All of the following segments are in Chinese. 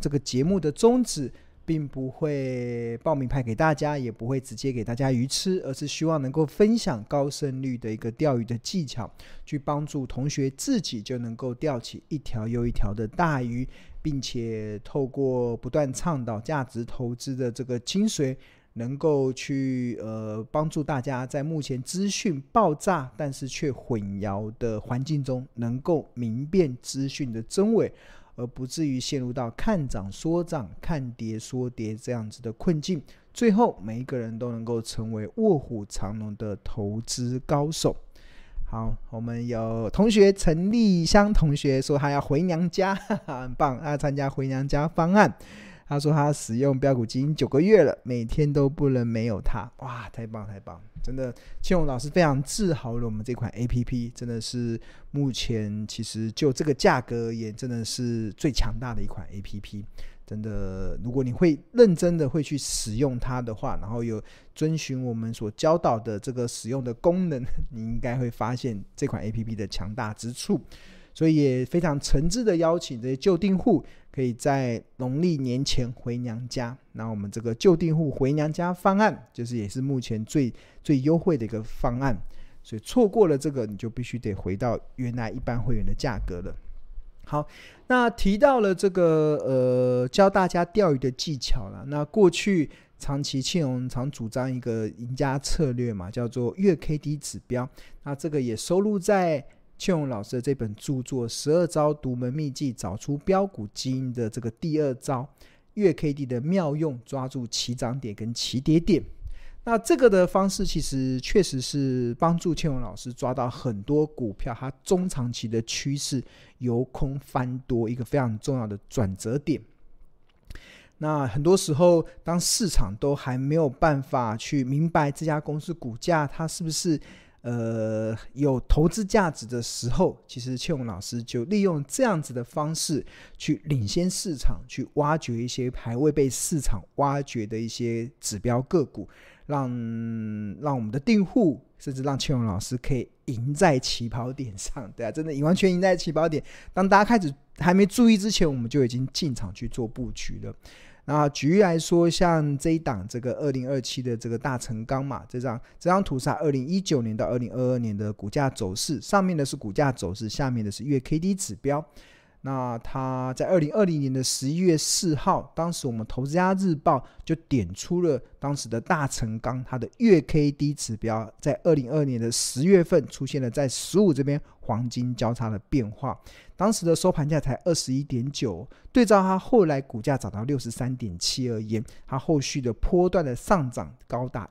这个节目的宗旨并不会报名牌给大家，也不会直接给大家鱼吃，而是希望能够分享高胜率的一个钓鱼的技巧，去帮助同学自己就能够钓起一条又一条的大鱼，并且透过不断倡导价值投资的这个精髓，能够去帮助大家在目前资讯爆炸但是却混淆的环境中，能够明辨资讯的真伪，而不至于陷入到看涨说涨看跌说跌这样子的困境，最后每一个人都能够成为卧虎藏龙的投资高手。好，我们有同学陈立香同学说他要回娘家，很棒，他参加回娘家方案。他说他使用标股基金9个月了，每天都不能没有他。哇，太棒太棒，真的庆荣老师非常自豪了，我们这款 APP 真的是目前其实就这个价格而言真的是最强大的一款 APP。真的如果你会认真的会去使用它的话，然后有遵循我们所教导的这个使用的功能，你应该会发现这款 APP 的强大之处。所以也非常诚挚的邀请这些旧订户可以在农历年前回娘家。那我们这个旧订户回娘家方案就是也是目前最优惠的一个方案，所以错过了这个你就必须得回到原来一般会员的价格了。好，那提到了这个教大家钓鱼的技巧了。那过去长期庆荣常主张一个赢家策略嘛，叫做月 KD 指标。那这个也收录在庆荣老师的这本著作12招独门秘技找出标股基因的这个第2招，月 KD 的妙用，抓住起涨点跟起跌点。那这个的方式其实确实是帮助庆荣老师抓到很多股票它中长期的趋势由空翻多，一个非常重要的转折点。那很多时候当市场都还没有办法去明白这家公司股价它是不是有投资价值的时候，其实庆荣老师就利用这样子的方式去领先市场，去挖掘一些还未被市场挖掘的一些指标个股，让我们的订户甚至让庆荣老师可以赢在起跑点上。对啊，真的完全赢在起跑点，当大家开始还没注意之前，我们就已经进场去做布局了。那举例来说，像这一档这个2027的这个大成钢嘛，这张图是2019年到2022年的股价走势，上面的是股价走势，下面的是月 KD 指标。那它在2020年的11月4号，当时我们投资家日报就点出了当时的大成钢它的月 KD 指标在2022年的10月份出现了在15这边黄金交叉的变化，当时的收盘价才 21.9， 对照它后来股价涨到 63.7 而言，它后续的波段的上涨高达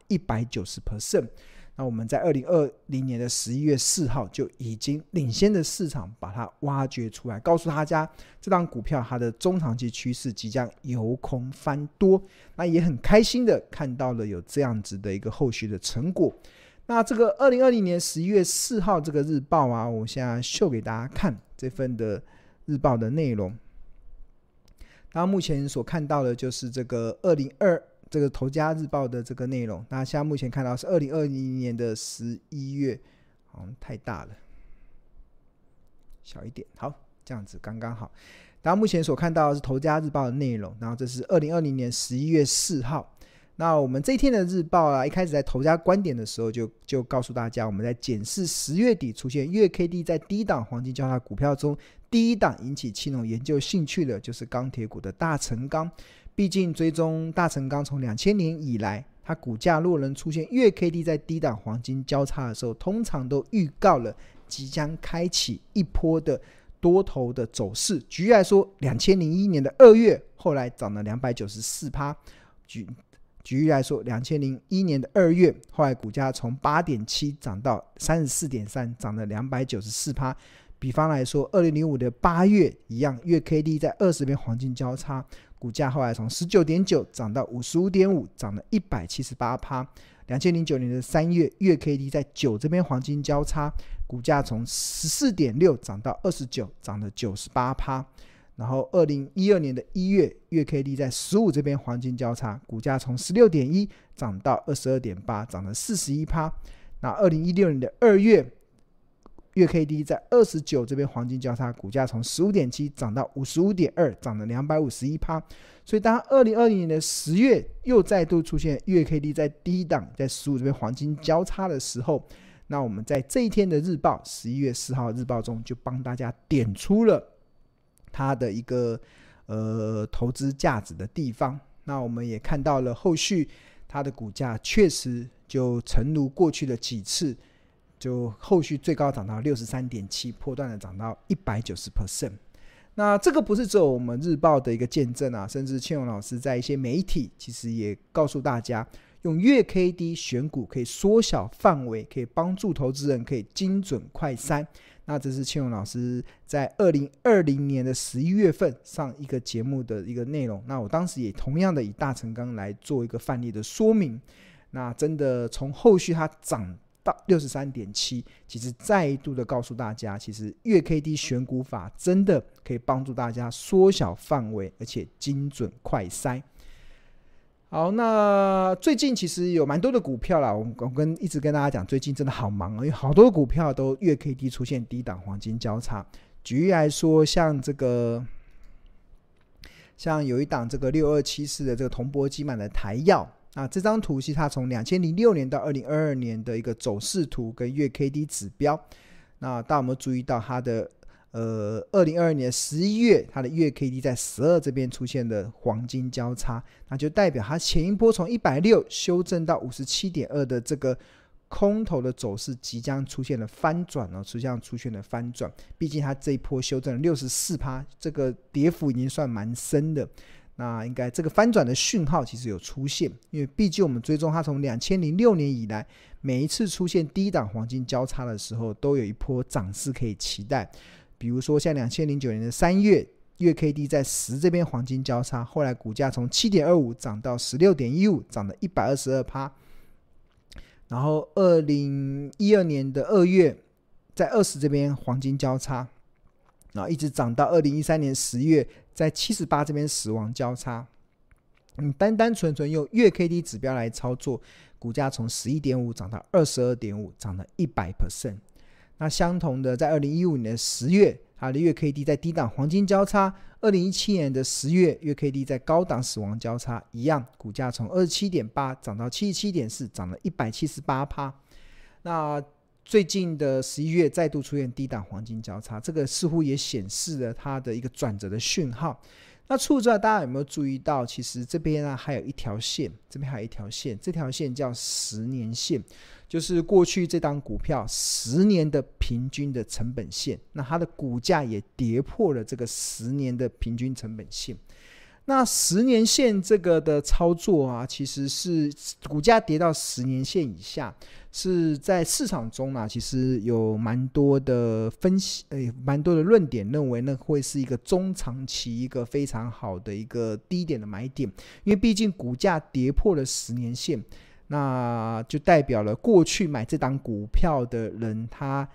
190%。那我们在2020年的11月4号就已经领先的市场把它挖掘出来，告诉大家这档股票它的中长期趋势即将由空翻多。那也很开心的看到了有这样子的一个后续的成果。那这个2020年11月4号这个日报啊，我现在秀给大家看这份的日报的内容。大家目前所看到的就是这个这个投家日报的这个内容，那现在目前看到是2020年的11月，好像太大了，小一点，好，这样子刚刚好。大家目前所看到的是投家日报的内容，然后这是2020年11月4号。那我们这一天的日报啊，一开始在投家观点的时候就告诉大家，我们在检视10月底出现月 KD 在低档黄金交叉股票中，第一档引起庆荣研究兴趣的就是钢铁股的大成钢。毕竟追踪大成钢从2000年以来，它股价若能出现月 KD 在低档黄金交叉的时候，通常都预告了即将开启一波的多头的走势。举例来说，2001年的2月后来涨了 294%， 举例来说，2001年的2月后来股价从 8.7 涨到 34.3， 涨了 294%。比方来说2005的8月一样，月 KD 在20边黄金交叉，股价后来从 19.9 涨到 55.5， 涨了 178%。 2009年的3月，月 KD 在9这边黄金交叉，股价从 14.6 涨到29，涨了 98%。 然后2012年的1月，月 KD 在15这边黄金交叉，股价从 16.1 涨到 22.8， 涨了 41%。 那2016年的2月， 月 K D 在29这边黄金交叉，股价从 15.7 涨到 55.2， 涨了 251%。 所以当2020年的10月又再度出现月 K D 在低档，在15这边黄金交叉的时候，那我们在这一天的日报11月4号日报中就帮大家点出了它的一个投资价值的地方。那我们也看到了后续它的股价确实就诚如过去的几次，就后续最高涨到 63.7， 波段的涨到 190%。 那这个不是只有我们日报的一个见证啊，甚至庆荣老师在一些媒体其实也告诉大家，用月 K D 选股可以缩小范围，可以帮助投资人可以精准快筛。那这是庆荣老师在2020年的11月份上一个节目的一个内容，那我当时也同样的以大成钢来做一个范例的说明。那真的从后续它涨到 63.7， 其实再度的告诉大家，其实月 K D 选股法真的可以帮助大家缩小范围，而且精准快筛。好，那最近其实有蛮多的股票啦，我一直跟大家讲，最近真的好忙因为好多股票都月 K D 出现低档黄金交叉。举例来说，像有一档这个6274的这个铜箔基板的台药，那这张图是它从2006年到2022年的一个走势图跟月 K D 指标。那大家有没有注意到它的2022年11月它的月 K D 在12这边出现的黄金交叉，那就代表它前一波从160修正到 57.2 的这个空头的走势即将出现了翻转毕竟它这一波修正了 64%， 这个跌幅已经算蛮深的。那应该这个翻转的讯号其实有出现，因为毕竟我们追踪它从2006年以来每一次出现低档黄金交叉的时候都有一波涨势可以期待。比如说像2009年的3月月 K D 在10这边黄金交叉，后来股价从 7.25 涨到 16.15， 涨了 122%。 然后2012年的2月在20这边黄金交叉，然后一直涨到2013年10月在78这边死亡交叉。单纯用月 K D 指标来操作，股价从 11.5 涨到 22.5， 涨了 100%。那相同的在2015年的10月它的月 K D 在低档黄金交叉，2017年的10月月 K D 在高档死亡交叉，一样股价从 27.8 涨到 77.4， 涨了 178%。 那最近的11月再度出现低档黄金交叉，这个似乎也显示了它的一个转折的讯号。那除此之外，大家有没有注意到其实这边还有一条线，这条线叫10年线，就是过去这档股票10年的平均的成本线，那它的股价也跌破了这个10年的平均成本线。那10年线这个的操作其实是股价跌到10年线以下，是在市场中其实有蛮多的分析，蛮多的论点认为那会是一个中长期一个非常好的一个低点的买点，因为毕竟股价跌破了10年线，那就代表了过去买这档股票的人他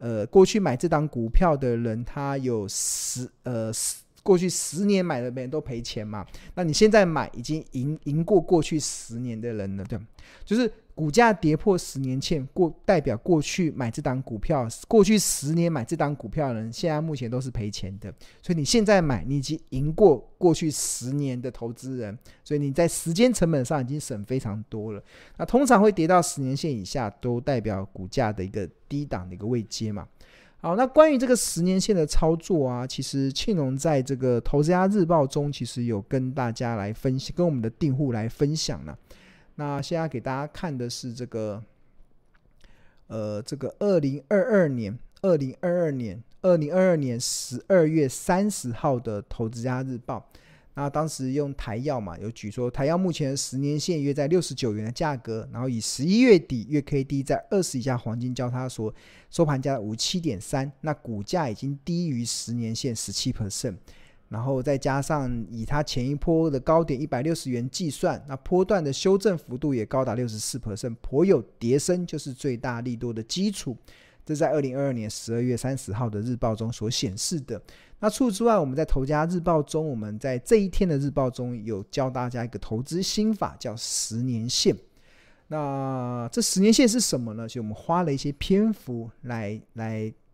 有过去10年买的人都赔钱嘛，那你现在买已经赢过过去10年的人了，对，就是股价跌破10年线，代表过去买这档股票，过去10年买这档股票的人现在目前都是赔钱的，所以你现在买你已经赢过过去10年的投资人，所以你在时间成本上已经省非常多了。那通常会跌到10年线以下都代表股价的一个低档的一个位阶嘛。好，那关于这个10年线的操作其实庆荣在这个投资家日报中其实有跟大家来分析，跟我们的订户来分享了。那现在给大家看的是这个2022年12月30号的投资家日报。那当时用台药嘛，有举说台药目前的10年线约在69元的价格，然后以11月底月 K D 在20以下黄金交叉所收盘价 57.3， 那股价已经低于10年线 17%， 然后再加上以它前一波的高点160元计算，那波段的修正幅度也高达 64%， 颇有跌升就是最大利多的基础。这在2022年12月30号的日报中所显示的。那除此之外，我们在投家日报中，我们在这一天的日报中有教大家一个投资心法，叫10年线。那这10年线是什么呢？其实我们花了一些篇幅来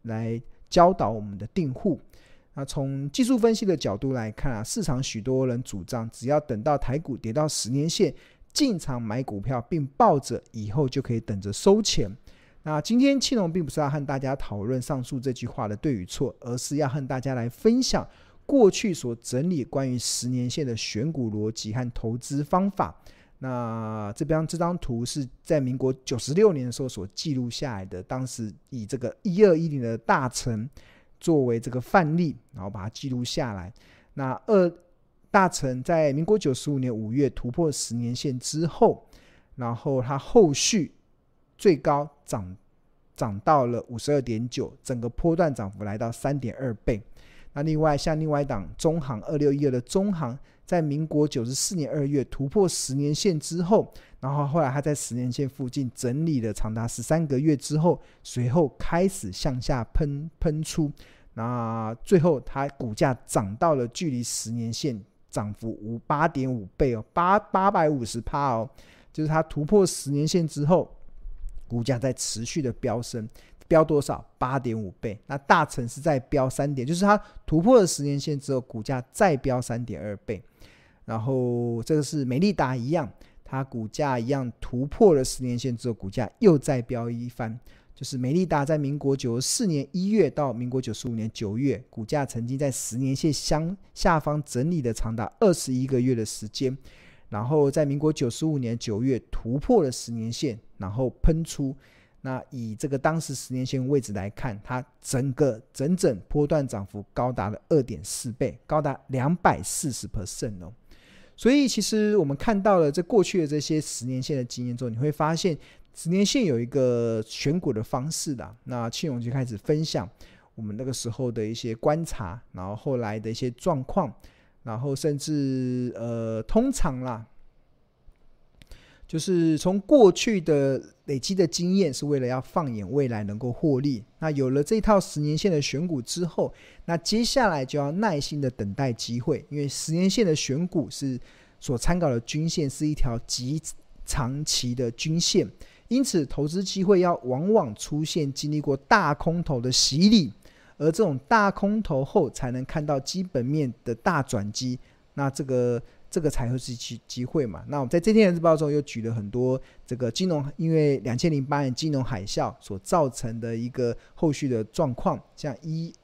来教导我们的订户。那从技术分析的角度来看啊，市场许多人主张只要等到台股跌到10年线进场买股票，并抱着以后就可以等着收钱。那今天庆隆并不是要和大家讨论上述这句话的对与错，而是要和大家来分享过去所整理关于10年线的选股逻辑和投资方法。那这张图是在民国96年的时候所记录下来的，当时以这个1210的大成作为这个范例，然后把它记录下来。那大成在民国95年5月突破10年线之后，然后它后续最高涨到了 52.9%， 整个波段涨幅来到 3.2 倍。那另外像另外一档中航2612的中航，在民国94年2月突破10年线之后，然后后来它在10年线附近整理了长达13个月之后，随后开始向下喷出，那最后它股价涨到了距离10年线涨幅 8.5 倍哦，850%哦，就是它突破10年线之后，股价在持续的飙升，飙多少 8.5 倍。那大成是在飙3点，就是它突破了10年线之后，股价再飙 3.2 倍。然后这个是美利达一样，它股价一样突破了10年线之后，股价又再飙一番。就是美利达在民国94年1月到民国95年9月，股价曾经在10年线下方整理了长达21个月的时间，然后在民国95年9月突破了10年线，然后喷出。那以这个当时10年线位置来看，它整波段涨幅高达了 2.4 倍，高达 240% 哦。所以其实我们看到了这过去的这些10年线的经验之后，你会发现10年线有一个选股的方式啦。那庆荣就开始分享我们那个时候的一些观察，然后后来的一些状况，然后甚至通常啦，就是从过去的累积的经验是为了要放眼未来能够获利。那有了这套10年线的选股之后，那接下来就要耐心的等待机会，因为10年线的选股是所参考的均线是一条极长期的均线，因此投资机会要往往出现经历过大空头的洗礼，而这种大空头后才能看到基本面的大转机，那这个才会是机会嘛。那我们在这天的日报中又举了很多这个金融，因为2008年金融海啸所造成的一个后续的状况，像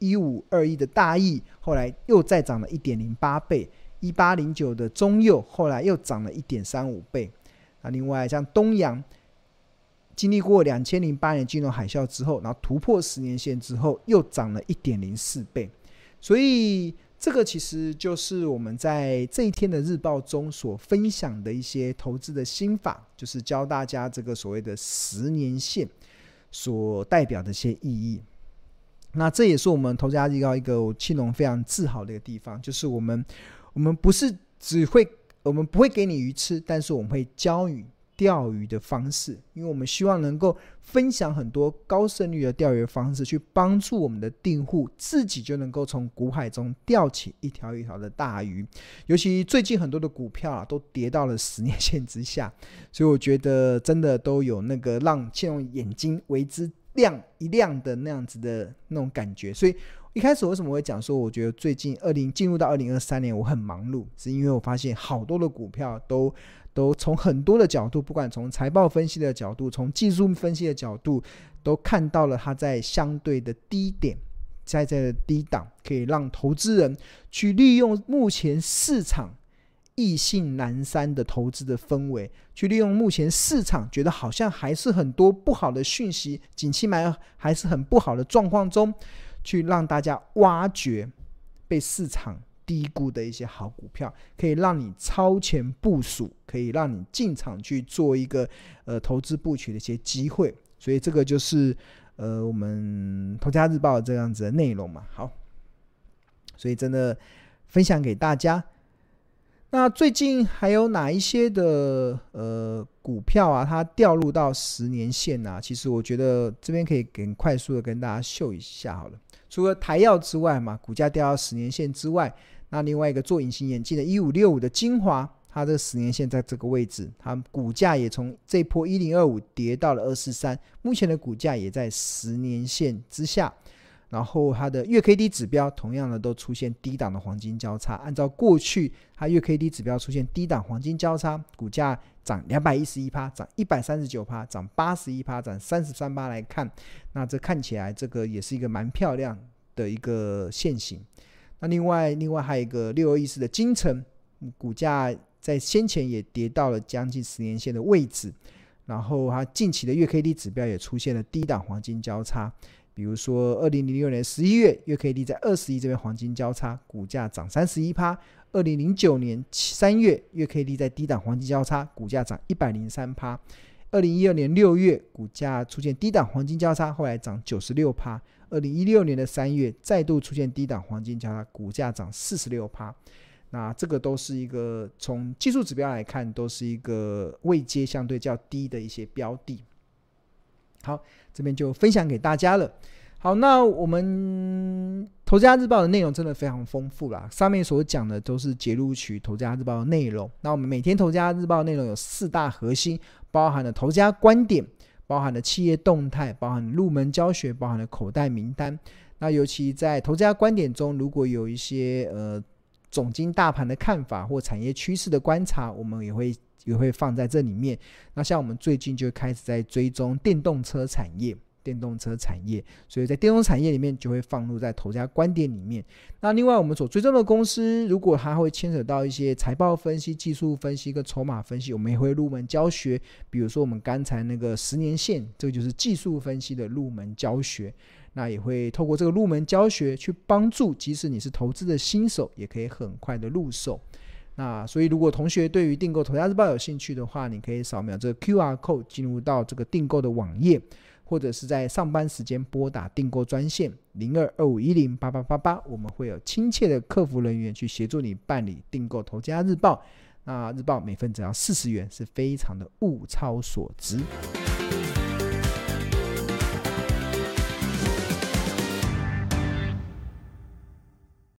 1521的大益后来又再涨了 1.08 倍，1809的中佑后来又涨了 1.35 倍。那另外像东洋经历过2008年金融海啸之后，然后突破10年线之后又涨了 1.04 倍。所以这个其实就是我们在这一天的日报中所分享的一些投资的心法，就是教大家这个所谓的10年线所代表的一些意义。那这也是我们投资家日报一个庆隆非常自豪的一个地方，就是我们不是我们不会给你鱼吃，但是我们会教你钓鱼的方式，因为我们希望能够分享很多高胜率的钓鱼方式，去帮助我们的订户自己就能够从股海中钓起一条一条的大鱼。尤其最近很多的股票都跌到了10年线之下，所以我觉得真的都有那个让庆隆眼睛为之亮一亮的那样子的那种感觉。所以一开始为什么会讲说我觉得最近进入到2023年我很忙碌，是因为我发现好多的股票都从很多的角度，不管从财报分析的角度，从技术分析的角度，都看到了它在相对的低点，在这个低档，可以让投资人去利用目前市场意兴阑珊的投资的氛围，去利用目前市场觉得好像还是很多不好的讯息，景气还是很不好的状况中，去让大家挖掘被市场低估的一些好股票，可以让你超前部署，可以让你进场去做一个投资布局的一些机会。所以这个就是我们投资家日报这样子的内容嘛。好，所以真的分享给大家。那最近还有哪一些的股票啊，它掉入到10年线啊？其实我觉得这边可以很快速的跟大家秀一下好了。除了台药之外嘛，股价掉到10年线之外，那另外一个做隐形眼镜的1565的精华，它这个10年线在这个位置，它股价也从这波1025跌到了243，目前的股价也在10年线之下。 然后它的月 K D 指标同样的都出现低档的黄金交叉，按照过去它月 K D 指标出现低档黄金交叉，股价涨211%，涨139%，涨81%，涨33%来看，那这看起来这个也是一个蛮漂亮的一个线型。那另外还有一个6214的精城，股价在先前也跌到了将近10年线的位置，然后它近期的月 K D 指标也出现了低档黄金交叉，比如说2006年11月月 K D 在21这边黄金交叉，股价涨31%。2009年3月月 K D 在低档黄金交叉，股价涨103%。2012年6月股价出现低档黄金交叉，后来涨96%。2016年的3月再度出现低档黄金交叉，股价涨46%。那这个都是一个从技术指标来看，都是一个位阶相对较低的一些标的。好，这边就分享给大家了。好，那我们投资家日报的内容真的非常丰富啦，上面所讲的都是节录取投资家日报的内容。那我们每天投资家日报的内容有4大核心，包含了投资家观点，包含了企业动态，包含了入门教学，包含了口袋名单。那尤其在投资家观点中，如果有一些总经大盘的看法或产业趋势的观察，我们也会放在这里面。那像我们最近就开始在追踪电动车产业，所以在电动产业里面就会放入在投资家观点里面。那另外我们所追踪的公司，如果它会牵扯到一些财报分析、技术分析跟筹码分析，我们也会入门教学。比如说我们刚才那个10年线，这个就是技术分析的入门教学。那也会透过这个入门教学去帮助即使你是投资的新手也可以很快的入手。那所以如果同学对于订购投资家日报有兴趣的话，你可以扫描这个 QR code 进入到这个订购的网页，或者是在上班时间拨打订购专线0225108888，我们会有亲切的客服人员去协助你办理订购投资家日报。那日报每份只要40元，是非常的物超所值。